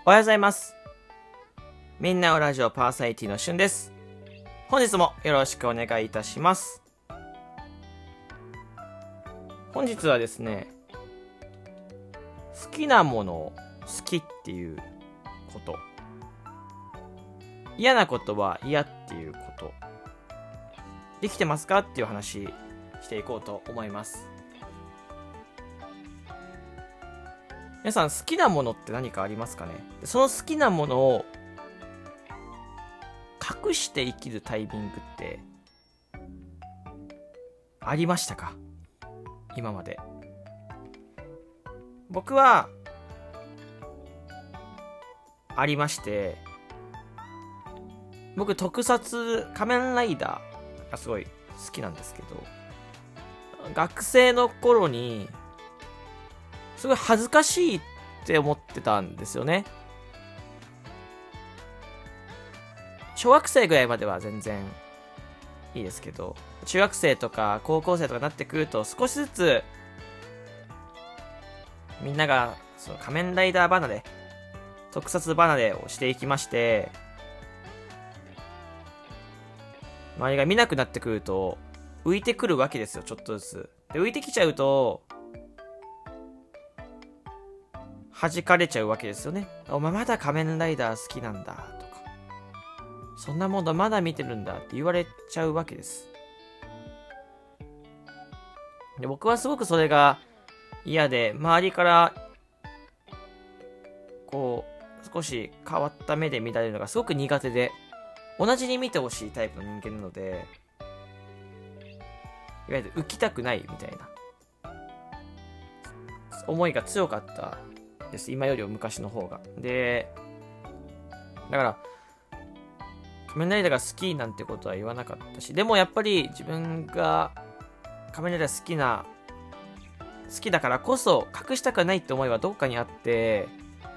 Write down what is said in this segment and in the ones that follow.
おはようございます。みんなおラジオパーソナリティのしゅんです。本日もよろしくお願いいたします。本日はですね、好きなものを好きっていうこと、嫌なことは嫌っていうこと、できてますかっていう話していこうと思います。皆さん好きなものって何かありますかね？その好きなものを隠して生きるタイミングってありましたか？今まで。僕はありまして、僕特撮仮面ライダーがすごい好きなんですけど、学生の頃にすごい恥ずかしいって思ってたんですよね。小学生ぐらいまでは全然いいですけど、中学生とか高校生とかになってくると少しずつみんながその仮面ライダー離れ、特撮離れをしていきまして、周りが見なくなってくると浮いてくるわけですよ、ちょっとずつ。で、浮いてきちゃうと弾かれちゃうわけですよね。お前まだ仮面ライダー好きなんだとか、そんなものまだ見てるんだって言われちゃうわけです。で、僕はすごくそれが嫌で、周りからこう少し変わった目で見られるのがすごく苦手で、同じに見てほしいタイプの人間なので、いわゆる浮きたくないみたいな思いが強かったです。今よりも昔の方が。で、だから仮面ライダーが好きなんてことは言わなかったし、でもやっぱり自分が仮面ライダー好きだからこそ隠したくないって思いはどこかにあって、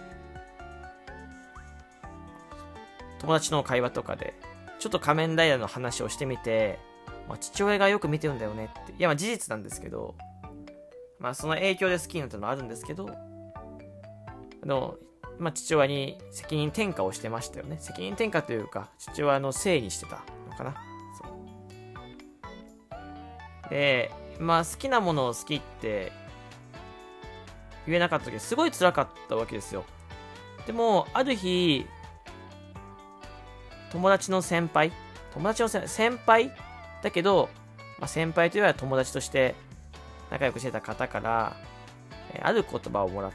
友達の会話とかでちょっと仮面ライダーの話をしてみて、父親がよく見てるんだよねって、いや事実なんですけど、その影響で好きになったのはあるんですけど、父親に責任転嫁をしてましたよね。責任転嫁というか、父親のせいにしてたのかな。そうで、好きなものを好きって言えなかった時すごい辛かったわけですよ。でもある日、友達の先輩だけど、先輩というよりは友達として仲良くしてた方からある言葉をもらって、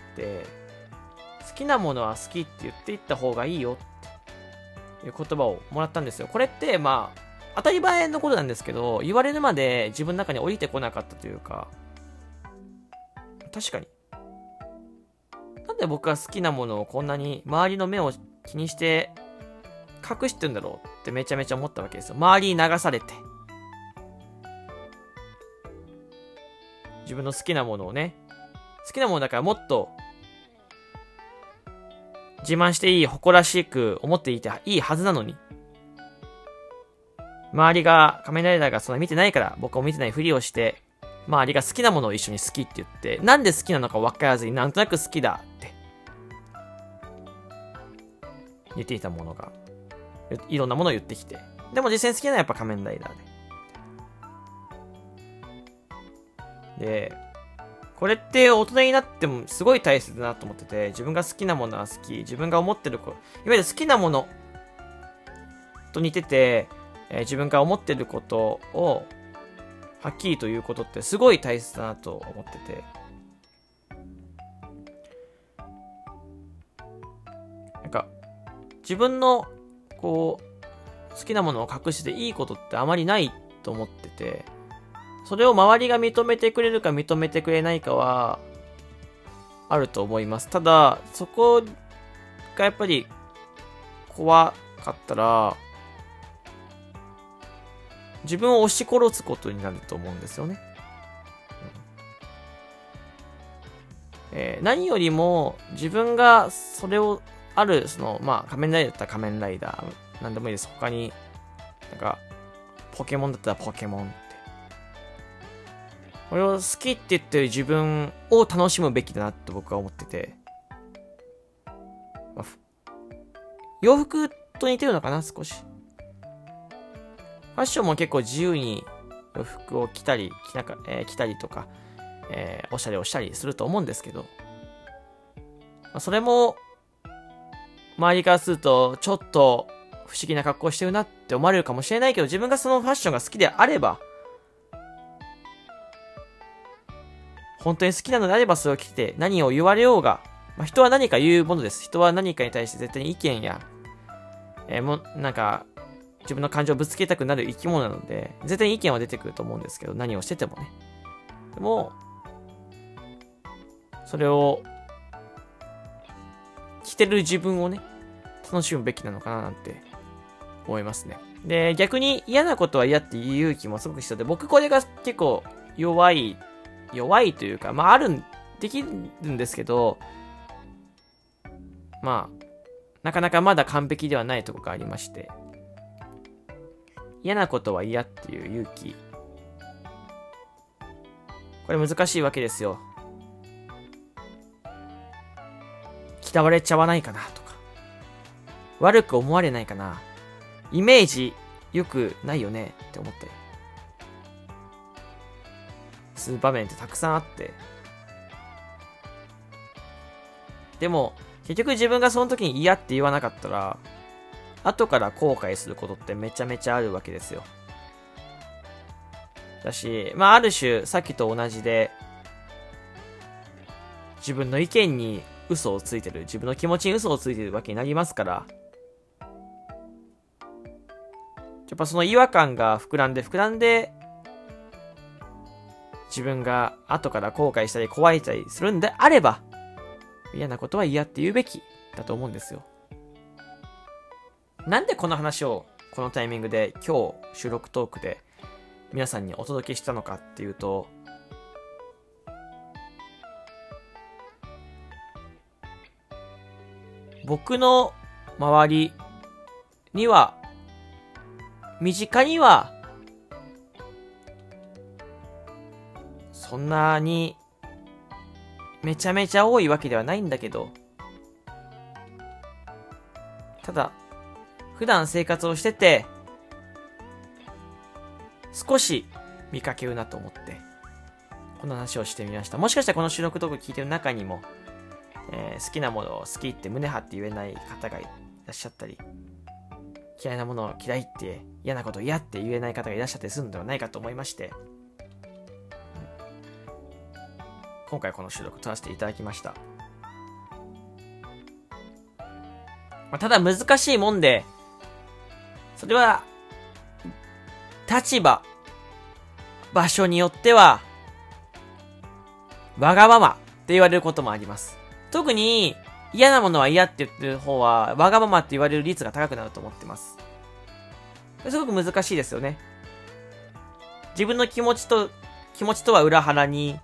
好きなものは好きって言っていった方がいいよっていう言葉をもらったんですよ。これって当たり前のことなんですけど、言われるまで自分の中に降りてこなかったというか、確かになんで僕が好きなものをこんなに周りの目を気にして隠してるんだろうってめちゃめちゃ思ったわけですよ。周りに流されて、自分の好きなものをね、好きなものだからもっと自慢していい、誇らしく思っていていいはずなのに、周りが仮面ライダーがそんな見てないから僕を見てないふりをして、周りが好きなものを一緒に好きって言って、なんで好きなのか分からずになんとなく好きだって言っていたものが、いろんなものを言ってきて、でも実際に好きなのはやっぱ仮面ライダーで、これって大人になってもすごい大切だなと思ってて、自分が好きなものは好き、自分が思ってること、いわゆる好きなものと似てて、自分が思ってることをはっきりと言うことってすごい大切だなと思ってて、自分の好きなものを隠していいことってあまりないと思ってて、それを周りが認めてくれるか認めてくれないかはあると思います。ただそこがやっぱり怖かったら、自分を押し殺すことになると思うんですよね。何よりも自分がそれを仮面ライダーだったら仮面ライダーなんでもいいです。他にポケモンだったらポケモンって、これを好きって言ってる自分を楽しむべきだなって僕は思ってて、 洋服と似てるのかな、少し。ファッションも結構自由に洋服を着たりとか、おしゃれをしたりすると思うんですけど、それも、周りからすると、ちょっと不思議な格好してるなって思われるかもしれないけど、自分がそのファッションが好きであれば、本当に好きなのであればそれを着て何を言われようが、人は何か言うものです。人は何かに対して絶対に意見や、なんか、自分の感情をぶつけたくなる生き物なので、絶対に意見は出てくると思うんですけど、何をしててもね。でも、それを、着てる自分をね、楽しむべきなのかななんて思いますね。で、逆に嫌なことは嫌っていう勇気もすごく必要で、僕これが結構弱いというか、できるんですけど、なかなかまだ完璧ではないところがありまして、嫌なことは嫌っていう勇気。これ難しいわけですよ。嫌われちゃわないかなとか。悪く思われないかな。イメージ良くないよねって思ったりする場面ってたくさんあって。でも、結局自分がその時に嫌って言わなかったら、後から後悔することってめちゃめちゃあるわけですよ。だし、ある種、さっきと同じで、自分の意見に嘘をついてる、自分の気持ちに嘘をついてるわけになりますから、やっぱその違和感が膨らんで、自分が後から後悔したり怖いたりするんであれば、嫌なことは嫌って言うべきだと思うんですよ。なんでこの話をこのタイミングで今日収録トークで皆さんにお届けしたのかっていうと、僕の周りには、身近には、そんなにめちゃめちゃ多いわけではないんだけど、ただ、普段生活をしてて、少し見かけるなと思って、この話をしてみました。もしかしたらこの収録トーク聞いてる中にも、好きなものを好きって胸張って言えない方がいらっしゃったり、嫌いなものを嫌いって嫌なことを嫌って言えない方がいらっしゃったりするのではないかと思いまして、今回この収録を撮らせていただきました。ただ難しいもんで、それは立場、場所によってはわがままって言われることもあります。特に嫌なものは嫌って言ってる方はわがままって言われる率が高くなると思ってます。すごく難しいですよね。自分の気持ちとは裏腹に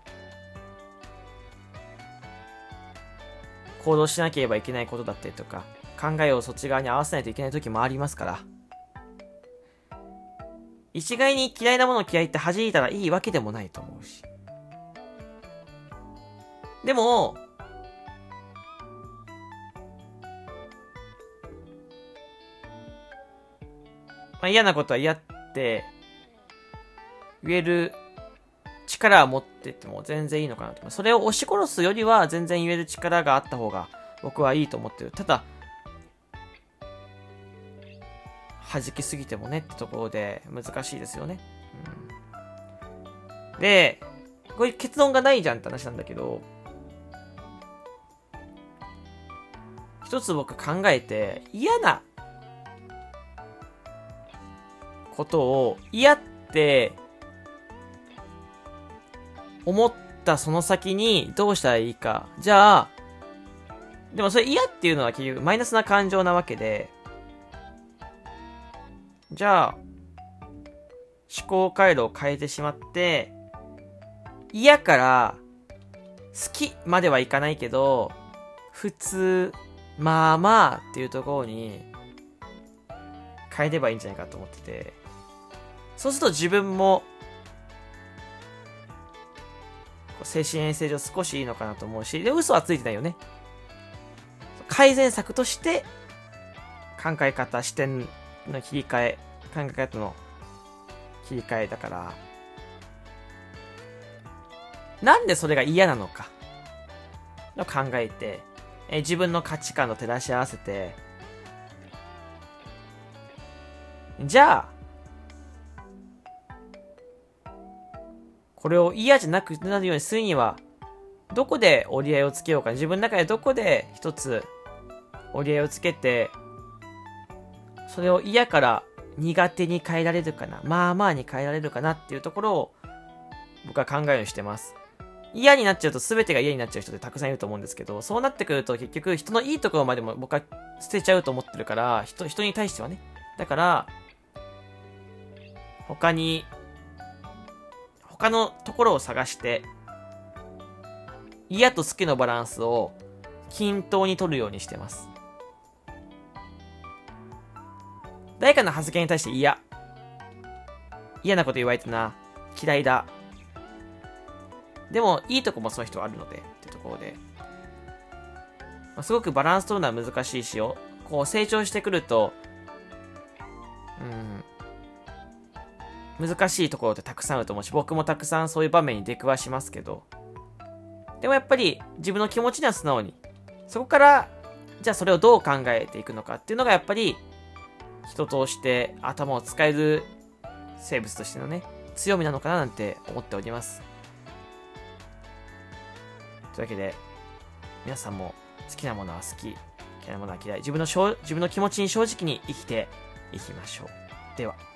行動しなければいけないことだったりとか、考えをそっち側に合わせないといけない時もありますから、一概に嫌いなものを嫌いって弾いたらいいわけでもないと思うし。でも、嫌なことは嫌って言える力を持ってても全然いいのかなと。それを押し殺すよりは全然言える力があった方が僕はいいと思ってる。ただ、弾きすぎてもねってところで難しいですよね。で、これ結論がないじゃんって話なんだけど、一つ僕考えて、嫌なことを嫌って思ったその先にどうしたらいいか。じゃあ、でもそれ嫌っていうのは結局マイナスな感情なわけで、じゃあ、思考回路を変えてしまって、嫌から好きまではいかないけど、普通、まあまあっていうところに変えればいいんじゃないかと思ってて、そうすると自分も精神衛生上少しいいのかなと思うし、で、嘘はついてないよね。改善策として考え方、視点の切り替え、考え方の切り替えだから、なんでそれが嫌なのかを考えて、自分の価値観と照らし合わせて、じゃあ、これを嫌じゃなくなるようにするには、どこで折り合いをつけようか、自分の中でどこで一つ折り合いをつけて、それを嫌から苦手に変えられるかな、まあまあに変えられるかなっていうところを僕は考えるようにしてます。嫌になっちゃうと全てが嫌になっちゃう人ってたくさんいると思うんですけど、そうなってくると結局人のいいところまでも僕は捨てちゃうと思ってるから、人に対してはね。だから、他のところを探して、嫌と好きのバランスを均等に取るようにしてます。誰かの発言に対して嫌なこと言われてな、嫌いだ。でも、いいとこもその人はあるので、っていうところで。すごくバランス取るのは難しいし、こう成長してくると、難しいところってたくさんあると思うし、僕もたくさんそういう場面に出くわしますけど、でもやっぱり自分の気持ちには素直に、そこから、じゃあそれをどう考えていくのかっていうのがやっぱり、人として頭を使える生物としてのね、強みなのかななんて思っております。というわけで、皆さんも好きなものは好き、嫌いなものは嫌い、自分の気持ちに正直に生きていきましょう。では。